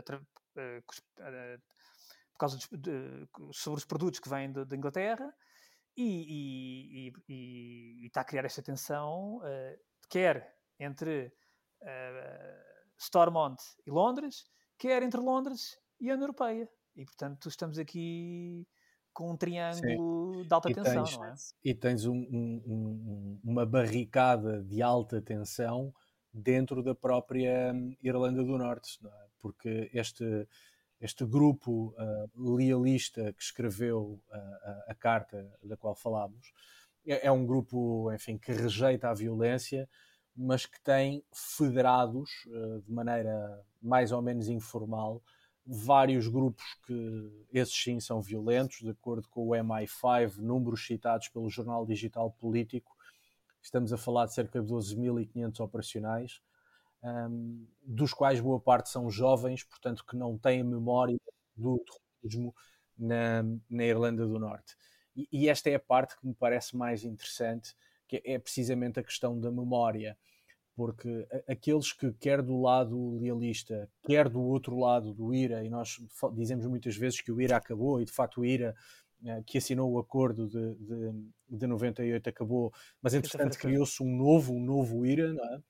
por causa sobre os produtos que vêm da Inglaterra, e está a criar esta tensão, quer entre Stormont e Londres, quer entre Londres e a União Europeia. E, portanto, estamos aqui com um triângulo de alta tensão, não é? E tens uma barricada de alta tensão dentro da própria Irlanda do Norte, não é? Porque este grupo lealista que escreveu a carta da qual falámos é um grupo, enfim, que rejeita a violência, mas que tem federados de maneira mais ou menos informal vários grupos que esses sim são violentos, de acordo com o MI5, números citados pelo Jornal Digital Político. Estamos a falar de cerca de 12.500 operacionais, dos quais boa parte são jovens, portanto que não têm memória do terrorismo na Irlanda do Norte. E esta é a parte que me parece mais interessante, que é precisamente a questão da memória, porque aqueles que, quer do lado lealista, quer do outro lado do IRA, e nós dizemos muitas vezes que o IRA acabou, e de facto o IRA, que assinou o acordo de 98, acabou, mas entretanto criou-se um novo IRA, não é?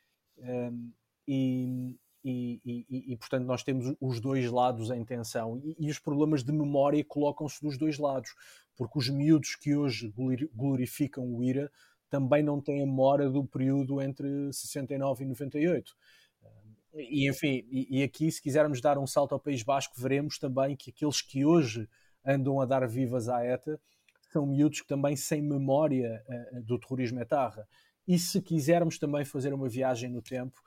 E portanto nós temos os dois lados em tensão, e os problemas de memória colocam-se dos dois lados, porque os miúdos que hoje glorificam o IRA também não têm a memória do período entre 69 e 98. E enfim, e aqui, se quisermos dar um salto ao País Basco, veremos também que aqueles que hoje andam a dar vivas à ETA são miúdos que também sem memória do terrorismo etarra. E se quisermos também fazer uma viagem no tempo,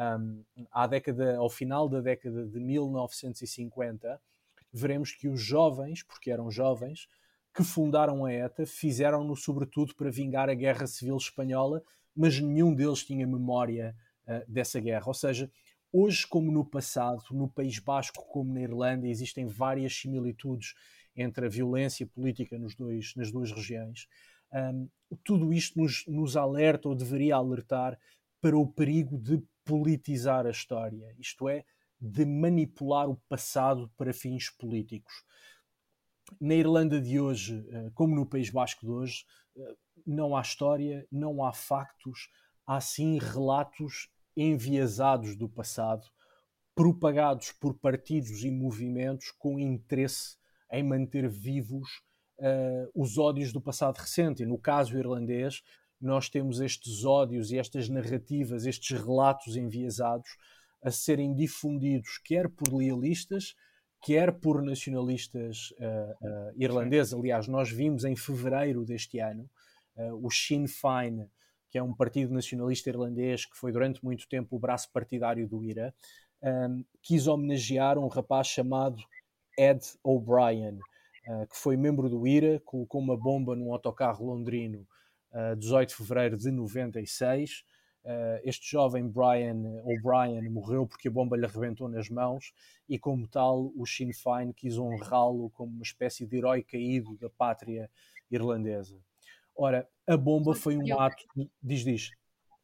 ao final da década de 1950, veremos que os jovens, porque eram jovens, que fundaram a ETA, fizeram-no sobretudo para vingar a Guerra Civil Espanhola, mas nenhum deles tinha memória dessa guerra. Ou seja, hoje como no passado, no País Basco como na Irlanda, existem várias similitudes entre a violência política nas duas regiões. Tudo isto nos alerta, ou deveria alertar, para o perigo de politizar a história, isto é, de manipular o passado para fins políticos. Na Irlanda de hoje, como no País Basco de hoje, não há história, não há factos, há sim relatos enviesados do passado, propagados por partidos e movimentos com interesse em manter vivos os ódios do passado recente. E no caso irlandês, nós temos estes ódios e estas narrativas, estes relatos enviesados a serem difundidos quer por lealistas, quer por nacionalistas irlandeses. Aliás, nós vimos em fevereiro deste ano o Sinn Féin, que é um partido nacionalista irlandês que foi durante muito tempo o braço partidário do IRA, quis homenagear um rapaz chamado Ed O'Brien, que foi membro do IRA, colocou uma bomba num autocarro londrino 18 de fevereiro de 96. Este jovem O'Brien morreu porque a bomba lhe arrebentou nas mãos, e como tal o Sinn Féin quis honrá-lo como uma espécie de herói caído da pátria irlandesa. Ora, a bomba foi um ato... Diz.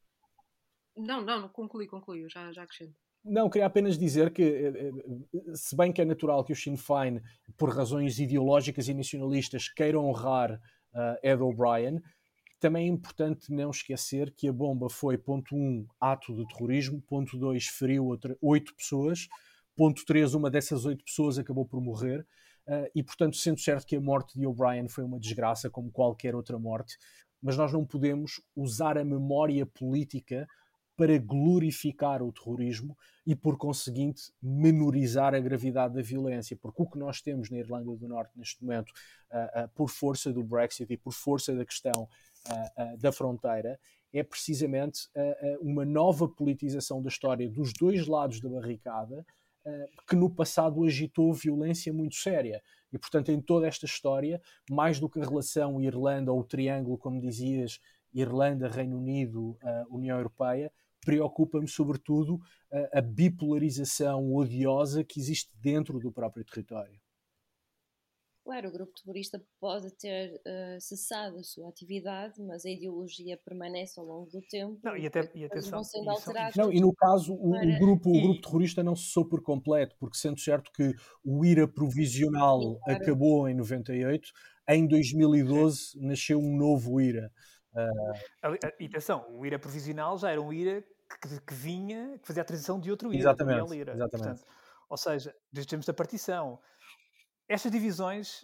Não, conclui, eu já acrescento. Não, queria apenas dizer que, se bem que é natural que o Sinn Féin, por razões ideológicas e nacionalistas, queiram honrar Ed O'Brien, também é importante não esquecer que a bomba foi, ponto 1, ato de terrorismo, ponto 2, feriu 8 pessoas, ponto 3, uma dessas 8 pessoas acabou por morrer, e portanto, sendo certo que a morte de O'Brien foi uma desgraça como qualquer outra morte, mas nós não podemos usar a memória política para glorificar o terrorismo e, por conseguinte, menorizar a gravidade da violência, porque o que nós temos na Irlanda do Norte neste momento, por força do Brexit e por força da questão da fronteira, é precisamente uma nova politização da história dos dois lados da barricada, que no passado agitou violência muito séria. E, portanto, em toda esta história, mais do que a relação Irlanda ou o triângulo, como dizias, Irlanda, Reino Unido, União Europeia, preocupa-me sobretudo a bipolarização odiosa que existe dentro do próprio território. Claro, o grupo terrorista pode ter cessado a sua atividade, mas a ideologia permanece ao longo do tempo Não, e depois vão atenção, sendo alterados. Não, e no caso, para... o grupo terrorista não cessou por completo, porque sendo certo que o IRA provisional Sim, claro. acabou em 98, em 2012 nasceu um novo IRA. E atenção, o IRA provisional já era um IRA que fazia a transição de outro IRA, Exatamente, do IRA. exatamente. Portanto, ou seja, desde os tempos da partição, estas divisões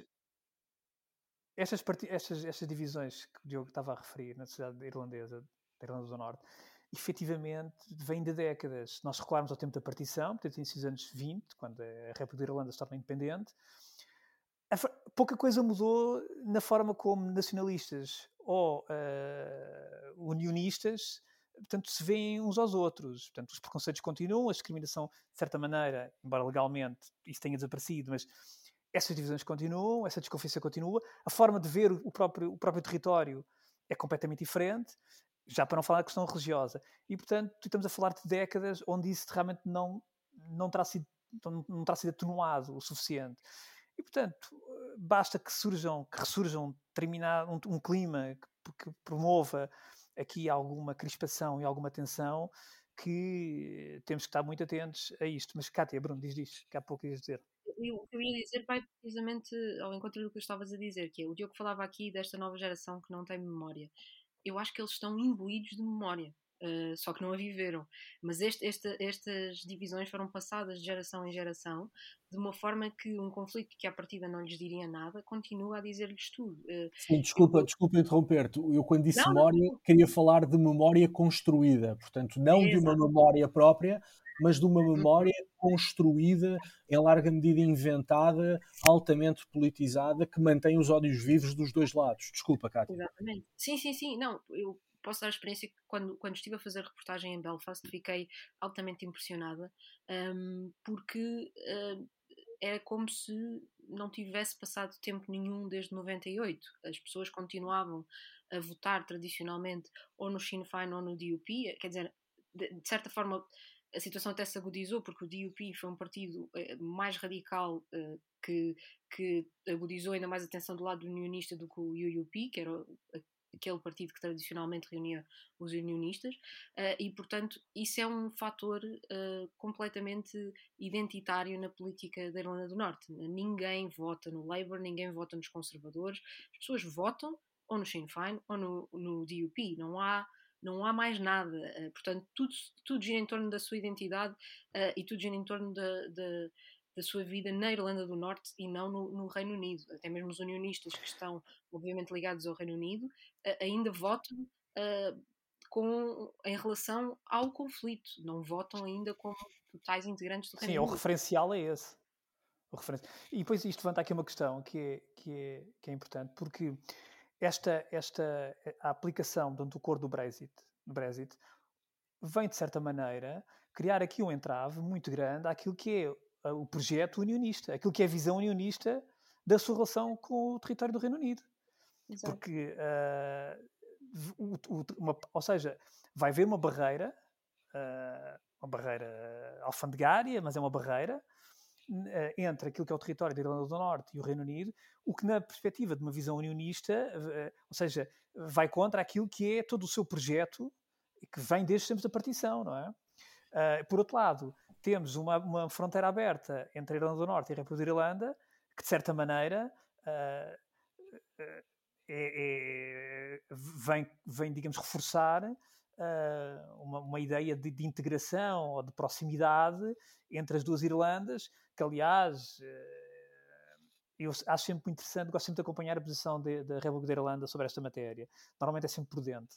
que o Diogo estava a referir na sociedade irlandesa, da Irlanda do Norte, efetivamente vêm de décadas. Se nós recuarmos ao tempo da partição, portanto, início dos anos 20, quando a República da Irlanda se torna independente, pouca coisa mudou na forma como nacionalistas ou unionistas, portanto, se veem uns aos outros. Portanto, os preconceitos continuam, a discriminação, de certa maneira, embora legalmente isso tenha desaparecido, mas essas divisões continuam, essa desconfiança continua, a forma de ver o próprio território é completamente diferente, já para não falar da questão religiosa. E, portanto, estamos a falar de décadas onde isso realmente não terá sido atenuado o suficiente. E, portanto, basta que ressurjam um clima que promova aqui alguma crispação e alguma tensão, que temos que estar muito atentos a isto. Mas, Cátia, Bruno, diz, que há pouco ias dizer. O que eu ia dizer vai precisamente ao encontro do que estavas a dizer, que é o Diogo falava aqui desta nova geração que não tem memória. Eu acho que eles estão imbuídos de memória, só que não a viveram. Mas estas divisões foram passadas de geração em geração, de uma forma que um conflito que à partida não lhes diria nada, continua a dizer-lhes tudo. Sim, desculpa interromper-te. Eu, quando disse memória, queria falar de memória construída. Portanto, não de uma memória própria, mas de uma memória construída, em larga medida inventada, altamente politizada, que mantém os ódios vivos dos dois lados. Desculpa, Cátia. Exatamente. Sim. Não, eu posso dar a experiência que quando estive a fazer reportagem em Belfast fiquei altamente impressionada, porque era como se não tivesse passado tempo nenhum desde 98. As pessoas continuavam a votar tradicionalmente ou no Sinn Féin ou no DUP, quer dizer, de certa forma a situação até se agudizou porque o DUP foi um partido mais radical que agudizou ainda mais a tensão do lado unionista do que o UUP, que era aquele partido que tradicionalmente reunia os unionistas, e portanto isso é um fator completamente identitário na política da Irlanda do Norte. Ninguém vota no Labour, ninguém vota nos conservadores, as pessoas votam ou no Sinn Féin ou no DUP, não há mais nada, portanto tudo gira em torno da sua identidade e tudo gira em torno da sua vida na Irlanda do Norte e não no Reino Unido. Até mesmo os unionistas que estão obviamente ligados ao Reino Unido ainda votam em relação ao conflito, não votam ainda como totais integrantes do Reino Unido. Sim, o referencial é esse. E depois isto levanta aqui uma questão que é importante, porque a aplicação do acordo do Brexit vem, de certa maneira, criar aqui um entrave muito grande àquilo que é o projeto unionista, aquilo que é a visão unionista da sua relação com o território do Reino Unido. Exato. Porque, ou seja, vai haver uma barreira alfandegária, mas é uma barreira entre aquilo que é o território da Irlanda do Norte e o Reino Unido, o que na perspectiva de uma visão unionista, ou seja, vai contra aquilo que é todo o seu projeto que vem desde os tempos da partição, não é? Por outro lado, temos uma fronteira aberta entre a Irlanda do Norte e a República da Irlanda, que de certa maneira vem, digamos, reforçar uma ideia de integração ou de proximidade entre as duas Irlandas, que aliás eu acho sempre muito interessante, gosto sempre de acompanhar a posição da República da Irlanda sobre esta matéria. Normalmente é sempre prudente.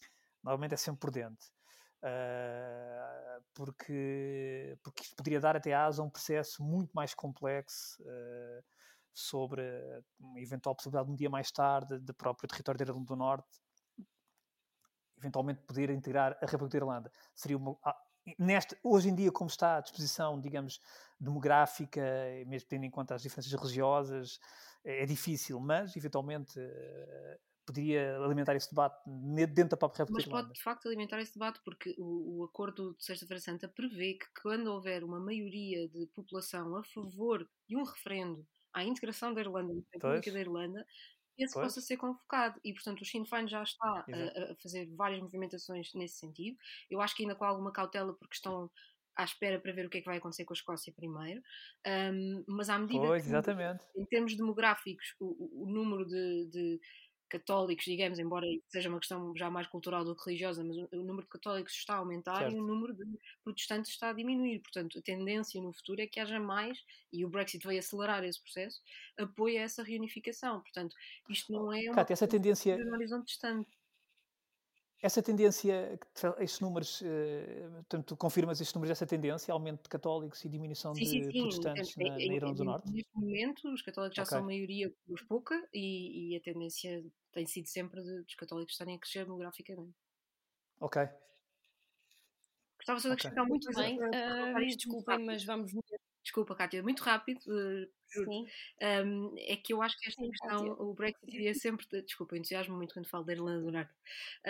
Porque isto poderia dar até asa a um processo muito mais complexo sobre uma eventual possibilidade de um dia mais tarde do próprio território da Irlanda do Norte eventualmente poder integrar a República da Irlanda. Seria hoje em dia, como está à disposição, digamos, demográfica, mesmo tendo em conta as diferenças religiosas, é difícil, mas, eventualmente, poderia alimentar esse debate dentro da própria República Mas de pode, Irlanda. de facto, alimentar esse debate, porque o acordo de Sexta-feira Santa prevê que quando houver uma maioria de população a favor de um referendo à integração da Irlanda na República da Pois, Irlanda, esse pois, possa ser convocado. E, portanto, o Sinn Féin já está exato. a fazer várias movimentações nesse sentido. Eu acho que ainda com alguma cautela, porque estão à espera para ver o que é que vai acontecer com a Escócia primeiro. Mas à medida Pois, que, exatamente. em termos demográficos, o número de católicos, digamos, embora seja uma questão já mais cultural do que religiosa, mas o número de católicos está a aumentar e o Certo. número de protestantes está a diminuir. Portanto, a tendência no futuro é que haja mais, e o Brexit vai acelerar esse processo, apoio a essa reunificação. Portanto, isto não é uma Cátia, coisa que esteja no horizonte distante. essa tendência, estes números, portanto, tu confirmas estes números dessa tendência, aumento de católicos e diminuição Sim, sim, de sim. protestantes na Irlanda do Norte? Neste momento, os católicos já Ok, são maioria por pouca e a tendência tem sido sempre dos católicos estarem a crescer demograficamente. ok, Gostava só de ok. acrescentar uma Muito coisa bem. para rematar isto muito Desculpem, rápido. mas vamos ver. Desculpa, Cátia, muito rápido, juro. Sim, É que eu acho que esta sim, questão, Kátia. o Brexit iria sempre. Desculpa, eu entusiasmo muito quando falo da Irlanda do Norte.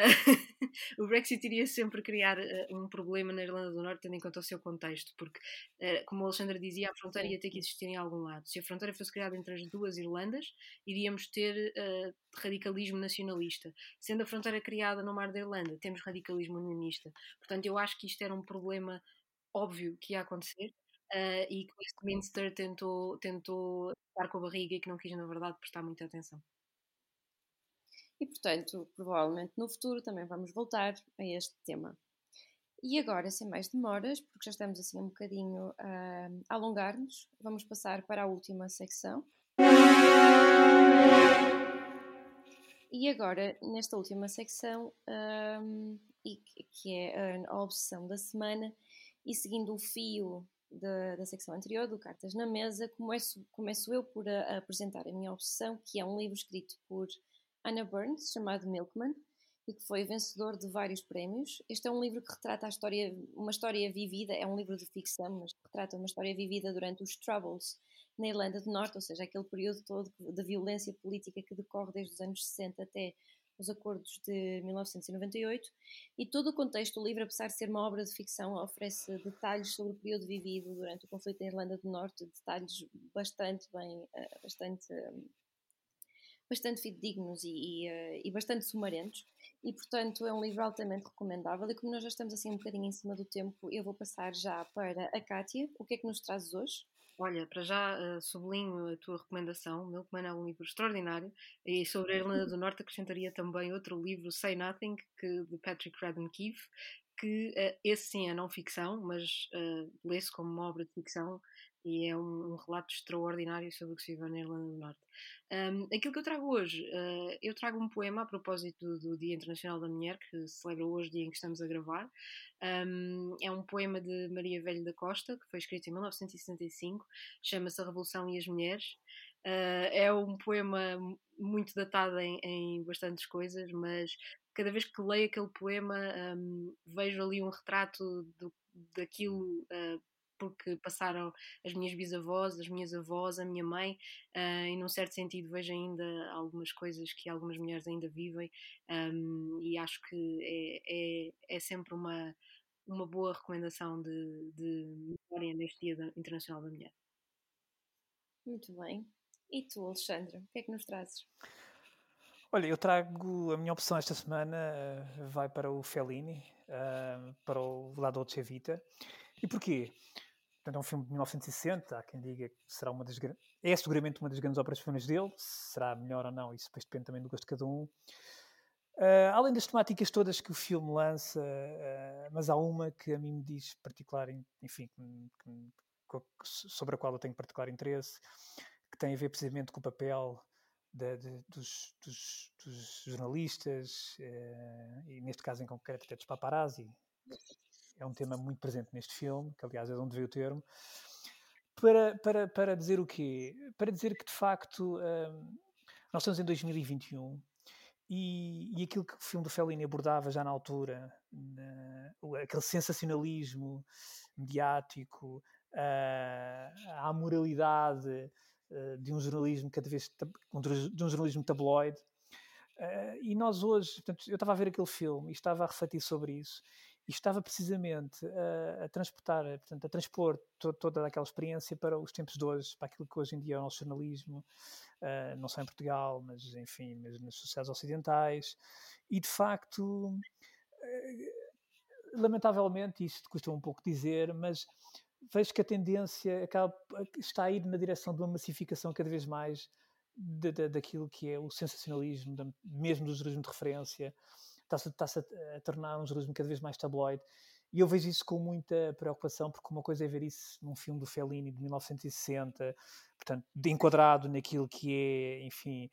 O Brexit iria sempre criar um problema na Irlanda do Norte, tendo em conta o seu contexto, porque, como o Alexandre dizia, a fronteira Sim. ia ter que existir em algum lado. Se a fronteira fosse criada entre as duas Irlandas, iríamos ter radicalismo nacionalista. Sendo a fronteira criada no Mar da Irlanda, temos radicalismo unionista. Portanto, eu acho que isto era um problema óbvio que ia acontecer. E que o Westminster tentou estar com a barriga e que não quis, na verdade, prestar muita atenção. E, portanto, provavelmente no futuro também vamos voltar a este tema. E agora, sem mais demoras, porque já estamos assim um bocadinho a alongar-nos, vamos passar para a última secção. E agora, nesta última secção, que é a obsessão da semana, e seguindo o fio da secção anterior, do Cartas na Mesa, começo eu por apresentar a minha obsessão, que é um livro escrito por Anna Burns, chamado Milkman, e que foi vencedor de vários prémios. Este é um livro que retrata uma história vivida, é um livro de ficção, mas retrata uma história vivida durante os Troubles na Irlanda do Norte, ou seja, aquele período todo de violência política que decorre desde os anos 60 até os acordos de 1998, e todo o contexto do livro, apesar de ser uma obra de ficção, oferece detalhes sobre o período vivido durante o conflito na Irlanda do Norte, detalhes bastante fidedignos e bastante sumarentos, e portanto é um livro altamente recomendável. E como nós já estamos assim um bocadinho em cima do tempo, eu vou passar já para a Cátia. O que é que nos trazes hoje? Olha, para já sublinho a tua recomendação. Milkman é um livro extraordinário, e sobre a Irlanda do Norte acrescentaria também outro livro, Say Nothing, de Patrick Radden Keefe, que esse sim é não ficção, mas lê-se como uma obra de ficção e é um relato extraordinário sobre o que se vive na Irlanda do Norte. Aquilo que eu trago hoje, eu trago um poema a propósito do Dia Internacional da Mulher, que se celebra hoje, dia em que estamos a gravar. É um poema de Maria Velho da Costa, que foi escrito em 1965, chama-se A Revolução e as Mulheres. É um poema muito datado em bastantes coisas, mas cada vez que leio aquele poema vejo ali um retrato daquilo porque passaram as minhas bisavós, as minhas avós, a minha mãe, e num certo sentido vejo ainda algumas coisas que algumas mulheres ainda vivem, e acho que é sempre uma boa recomendação de memória neste Dia Internacional da Mulher. Muito bem. E tu, Alexandre, o que é que nos trazes? Olha, eu trago a minha opção esta semana, vai para o Fellini, para o La Dolce Vita. E porquê? Portanto, é um filme de 1960, há quem diga que será é seguramente uma das grandes operações dele, será melhor ou não, isso depois depende também do gosto de cada um. Além das temáticas todas que o filme lança, mas há uma que a mim me diz particular, enfim, sobre a qual eu tenho particular interesse, que tem a ver precisamente com o papel dos jornalistas, e neste caso em concreto até dos paparazzi. É um tema muito presente neste filme, que aliás é de onde veio o termo. Para dizer o quê? Para dizer que de facto nós estamos em 2021 E aquilo que o filme do Fellini abordava já na altura, aquele sensacionalismo mediático, a amoralidade de um jornalismo cada vez de um jornalismo tabloide. E nós hoje, portanto, eu estava a ver aquele filme e estava a refletir sobre isso e estava precisamente a transpor toda aquela experiência para os tempos de hoje, para aquilo que hoje em dia é o nosso jornalismo, não só em Portugal, mas enfim, mas nas sociedades ocidentais. E de facto, lamentavelmente, isto custa um pouco dizer, mas vejo que a tendência está a ir na direção de uma massificação cada vez mais daquilo que é o sensacionalismo, mesmo do jornalismo de referência. Está-se a tornar um jornalismo cada vez mais tabloide. E eu vejo isso com muita preocupação, porque uma coisa é ver isso num filme do Fellini de 1960, portanto, enquadrado naquilo que é, enfim,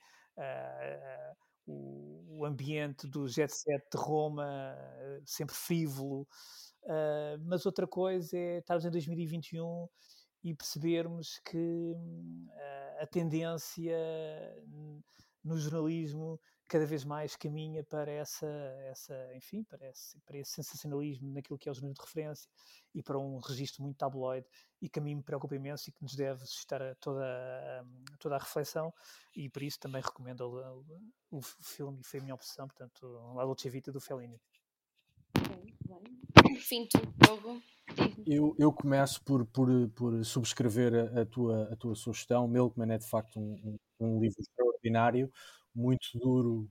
o ambiente do jet set de Roma, sempre frívolo. Mas outra coisa é estarmos em 2021 e percebermos que a tendência no jornalismo cada vez mais caminha para enfim, para esse sensacionalismo naquilo que é o jornalismo de referência e para um registro muito tabloide, e que a mim me preocupa imenso e que nos deve suscitar toda a reflexão, e por isso também recomendo o filme, e foi a minha opção, portanto, La Dolce Vita do Fellini. Enfim, tu, Diogo. Eu começo por subscrever a tua sugestão. Milkman é de facto um livro extraordinário, muito duro.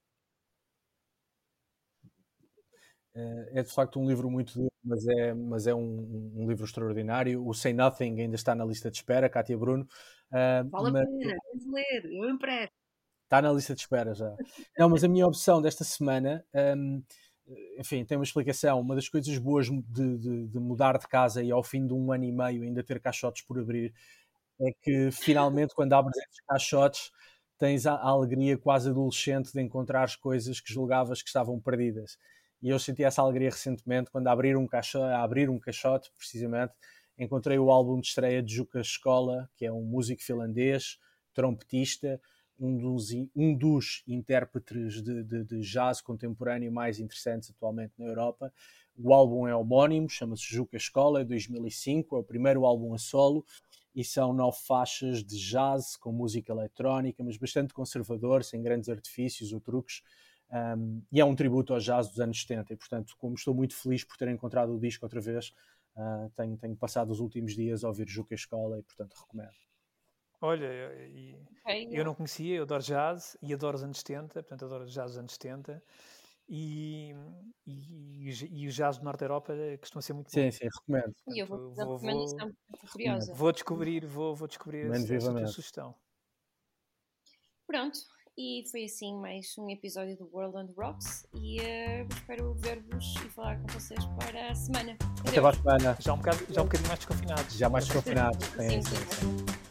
É de facto um livro muito duro, mas é um livro extraordinário. O Say Nothing ainda está na lista de espera, Cátia Bruno. Vale a pena, tens de ler, eu empresto. Está na lista de espera já. Não, mas a minha opção desta semana, enfim, tem uma explicação. Uma das coisas boas de mudar de casa e ao fim de 1 ano e meio ainda ter caixotes por abrir é que finalmente, quando abres esses caixotes, tens a alegria quase adolescente de encontrar as coisas que julgavas que estavam perdidas. E eu senti essa alegria recentemente quando, a abrir um caixote, precisamente, encontrei o álbum de estreia de Juca Escola, que é um músico finlandês, trompetista, um dos intérpretes de jazz contemporâneo mais interessantes atualmente na Europa. O álbum é homónimo, chama-se Juca Escola, é 2005, é o primeiro álbum a solo, e são 9 faixas de jazz com música eletrónica, mas bastante conservador, sem grandes artifícios ou truques, e é um tributo ao jazz dos anos 70, e portanto, como estou muito feliz por ter encontrado o disco outra vez, tenho passado os últimos dias a ouvir Juca Escola e portanto recomendo. Olha, eu não conhecia, eu adoro jazz e adoro os anos 70, portanto adoro jazz dos anos 70, e o jazz do Norte da Europa costuma ser muito bom. Sim, recomendo. E eu vou fazer uma recomendação curiosa. Vou descobrir essa tua sugestão. Pronto, e foi assim mais um episódio do World on the Rocks, e espero ver-vos e falar com vocês para a semana. Até para a semana. Já um bocadinho mais desconfinados. Já mais desconfinados. Sim.